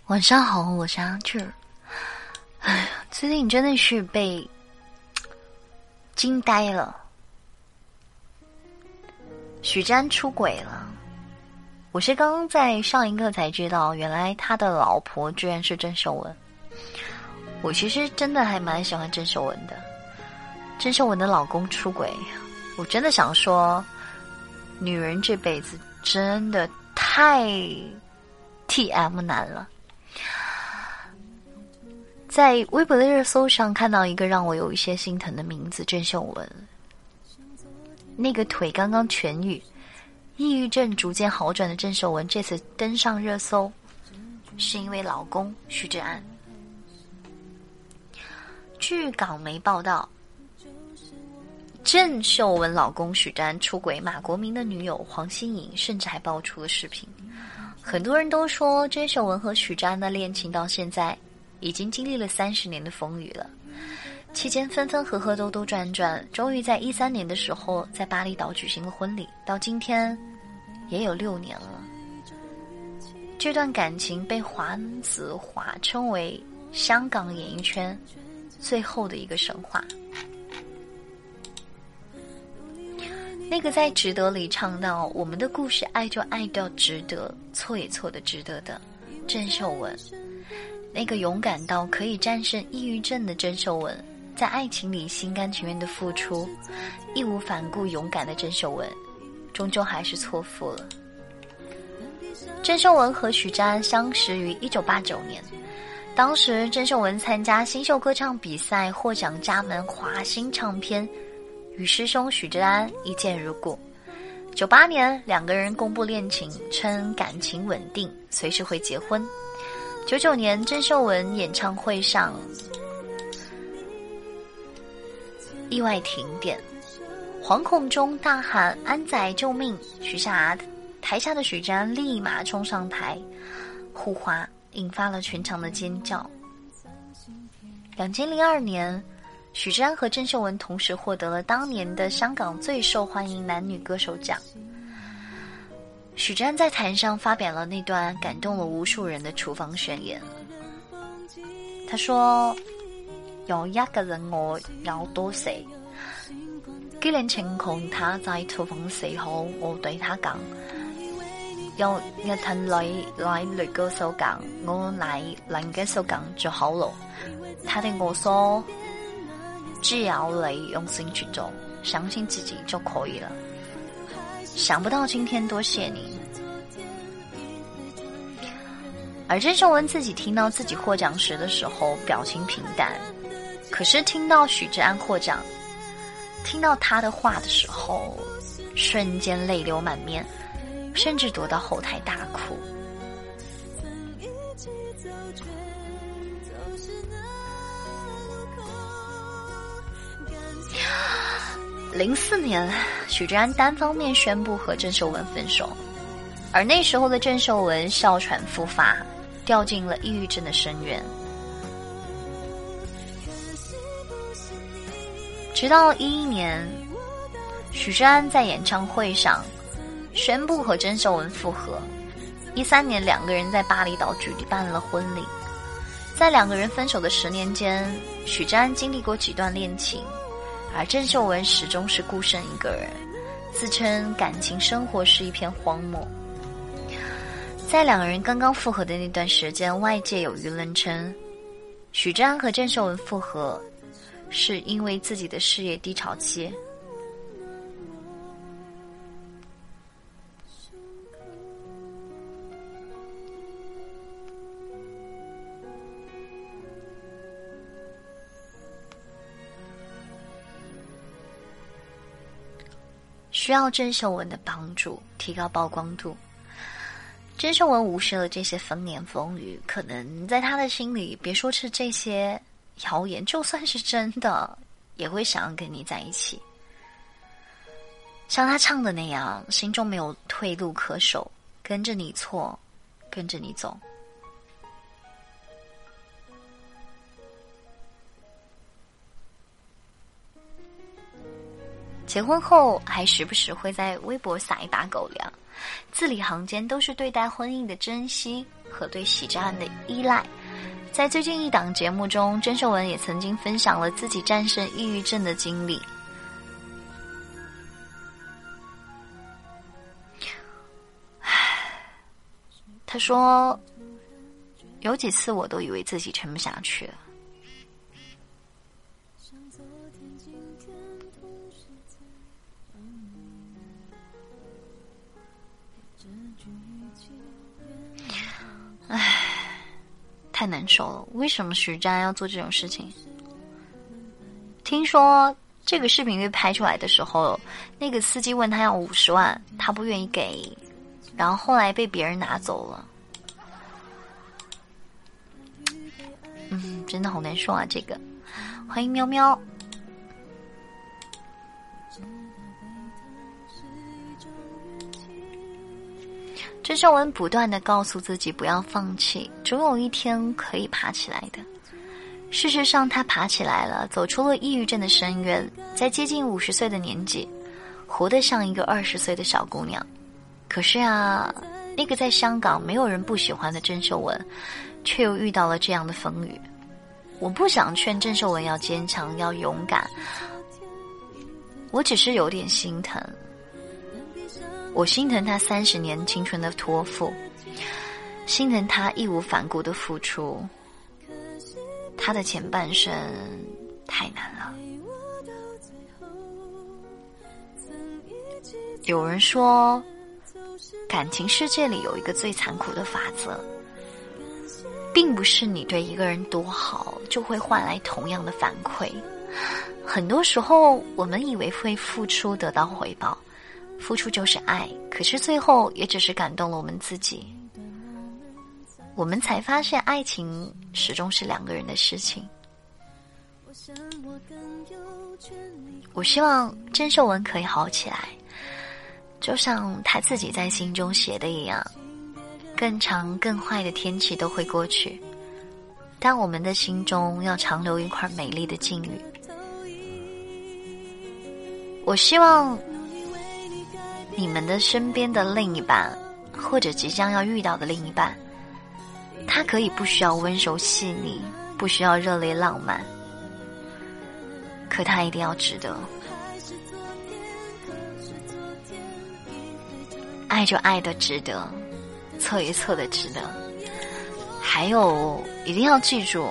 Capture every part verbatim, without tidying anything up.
晚上好，我是阿志。哎呀，最近真的是被惊呆了。许詹出轨了，我是刚刚在上一课才知道，原来他的老婆居然是郑秀文。我其实真的还蛮喜欢郑秀文的。郑秀文的老公出轨，我真的想说，女人这辈子真的太 T M 难了。在微博的热搜上看到一个让我有一些心疼的名字，郑秀文。那个腿刚刚痊愈，抑郁症逐渐好转的郑秀文，这次登上热搜，是因为老公许志安。据港媒报道，郑秀文老公许志安出轨马国明的女友黄心颖，甚至还爆出了视频。很多人都说郑秀文和许志安的恋情到现在已经经历了三十年的风雨了，期间分分合合兜兜转转，终于在一三年的时候在巴厘岛举行了婚礼，到今天也有六年了。这段感情被黄子华称为香港演艺圈最后的一个神话。那个在值得里唱到我们的故事爱就爱到值得，错也错的值得的郑秀文，那个勇敢到可以战胜抑郁症的郑秀文，在爱情里心甘情愿的付出，义无反顾勇敢的郑秀文，终究还是错付了。郑秀文和许志安相识于一九八九年，当时郑秀文参加新秀歌唱比赛获奖加盟华星唱片，与师兄许志安一见如故。九八年两个人公布恋情，称感情稳定，随时会结婚。九九年郑秀文演唱会上意外停电，惶恐中大喊安仔救命，许下台下的许志安立马冲上台护花，引发了全场的尖叫。二零零二年许志安和郑秀文同时获得了当年的香港最受欢迎男女歌手奖。许志安在台上发表了那段感动了无数人的厨房宣言。他說有一個人我有多死，機靈情況他在廚房死後，我對他講，有一騰女來女歌手講，我來男歌手講就好了。他對我說，只要你用心去做，相信自己就可以了。想不到今天多謝你。而郑秀文自己听到自己获奖时的时候表情平淡，可是听到许志安获奖，听到他的话的时候，瞬间泪流满面，甚至躲到后台大哭。零四年许志安单方面宣布和郑秀文分手，而那时候的郑秀文哮喘复发，掉进了抑郁症的深渊。直到一一年许志安在演唱会上宣布和郑秀文复合，一三年两个人在巴厘岛举办了婚礼。在两个人分手的十年间，许志安经历过几段恋情，而郑秀文始终是孤身一个人，自称感情生活是一片荒漠。在两个人刚刚复合的那段时间，外界有舆论称许志安和郑秀文复合是因为自己的事业低潮期。需要郑秀文的帮助，提高曝光度。郑秀文无视了这些风言风语，可能在他的心里，别说是这些谣言，就算是真的，也会想要跟你在一起。像他唱的那样，心中没有退路可守，跟着你错，跟着你走。结婚后还时不时会在微博撒一把狗粮，字里行间都是对待婚姻的珍惜和对喜之安的依赖。在最近一档节目中，郑秀文也曾经分享了自己战胜抑郁症的经历。他说，有几次我都以为自己撑不下去了。唉，太难受了。为什么许志安要做这种事情？听说这个视频被拍出来的时候，那个司机问他要五十万，他不愿意给，然后后来被别人拿走了。嗯，真的好难受啊，这个。欢迎喵喵。郑秀文不断地告诉自己不要放弃，总有一天可以爬起来的。事实上，她爬起来了，走出了抑郁症的深渊，在接近五十岁的年纪，活得像一个二十岁的小姑娘。可是啊，那个在香港没有人不喜欢的郑秀文，却又遇到了这样的风雨。我不想劝郑秀文要坚强，要勇敢，我只是有点心疼。我心疼她三十年青春的托付，心疼她义无反顾的付出。她的前半生太难了。有人说，感情世界里有一个最残酷的法则，并不是你对一个人多好就会换来同样的反馈。很多时候我们以为会付出得到回报，付出就是爱，可是最后也只是感动了我们自己。我们才发现爱情始终是两个人的事情。我希望郑秀文可以好起来，就像她自己在心中写的一样，更长更坏的天气都会过去，但我们的心中要长留一块美丽的境遇。我希望你们的身边的另一半，或者即将要遇到的另一半，他可以不需要温柔细腻，不需要热烈浪漫，可他一定要值得。爱就爱的值得，错一错的值得。还有一定要记住，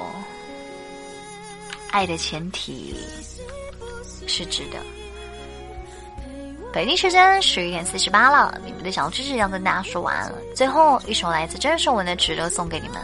爱的前提是值得。北京时间十一点四十八了，你们的小知识要跟大家说完了。最后一首来自郑秀文的《值得》送给你们。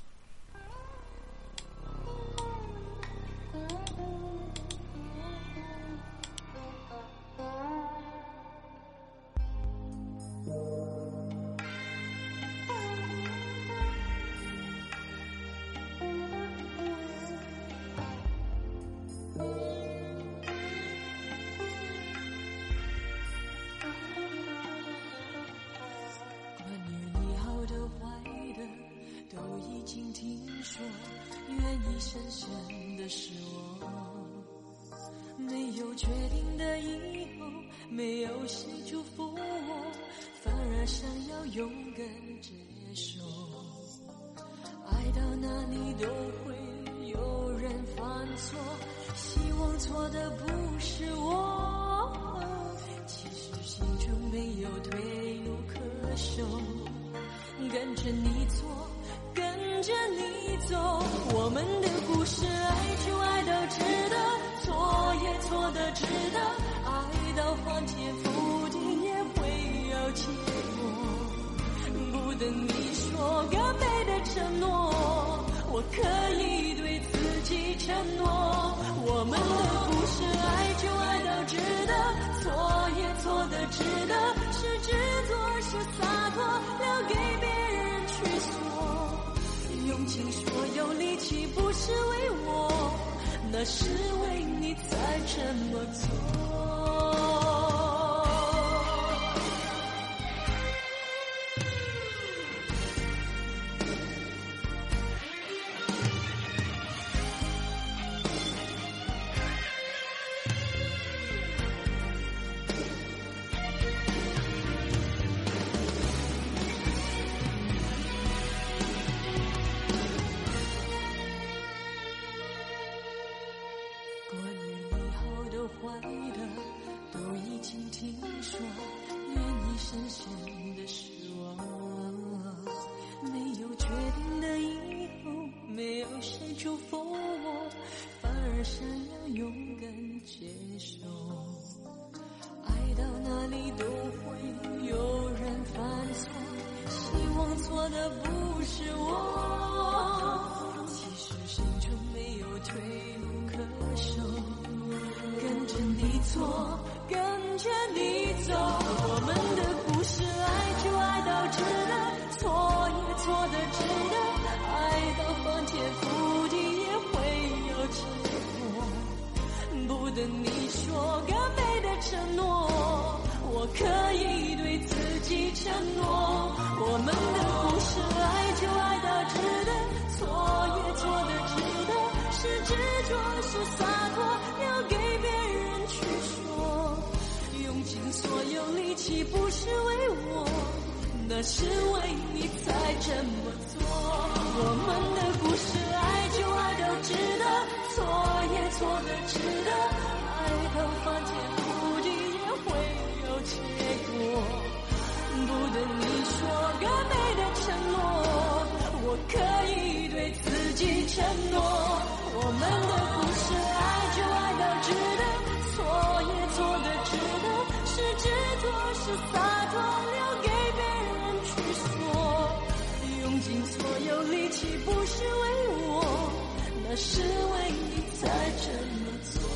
愿意深深的是我，没有决定的以后，没有谁祝福我，反而想要勇敢接受。爱到哪里都会有人犯错，希望错的不是我，其实心中没有退路可守，跟着你做，跟着你走，我们的故事爱就爱到值得，错也错的值得，爱到翻天覆地也会有结果，不等你说个美的承诺，我可以对自己承诺，我们的故事爱就爱到值得，错也错的值得，是执着是洒脱，留给别人去说，用尽所有力气不是为我，那是为你才这么做。 错，愿意深陷的失望。没有决定的以后，没有谁祝福我，反而想要勇敢接受。爱到哪里都会有人犯错，希望错的不是我。其实心中没有退路可守，跟着你错，跟着你走。我们的故事，爱就爱到值得，错也错的值得，爱到翻天覆地也会有结果。不等你说更美的承诺，我可以对自己承诺。我们的故事，爱就爱到值得，错也错的值得，是执着是洒脱，留给别人去说。用尽所有力气不是为我，那是为你才这么做。我们的故事，爱就爱到值得，错也错的值得，爱到翻天覆地也会有结果。不等你说个美的承诺，我可以对自己承诺。我们的故事，爱就爱到值得，错也错的值得，是执着是洒脱，留给别人去说。用尽所有力气不是为我，那是为你才这么做。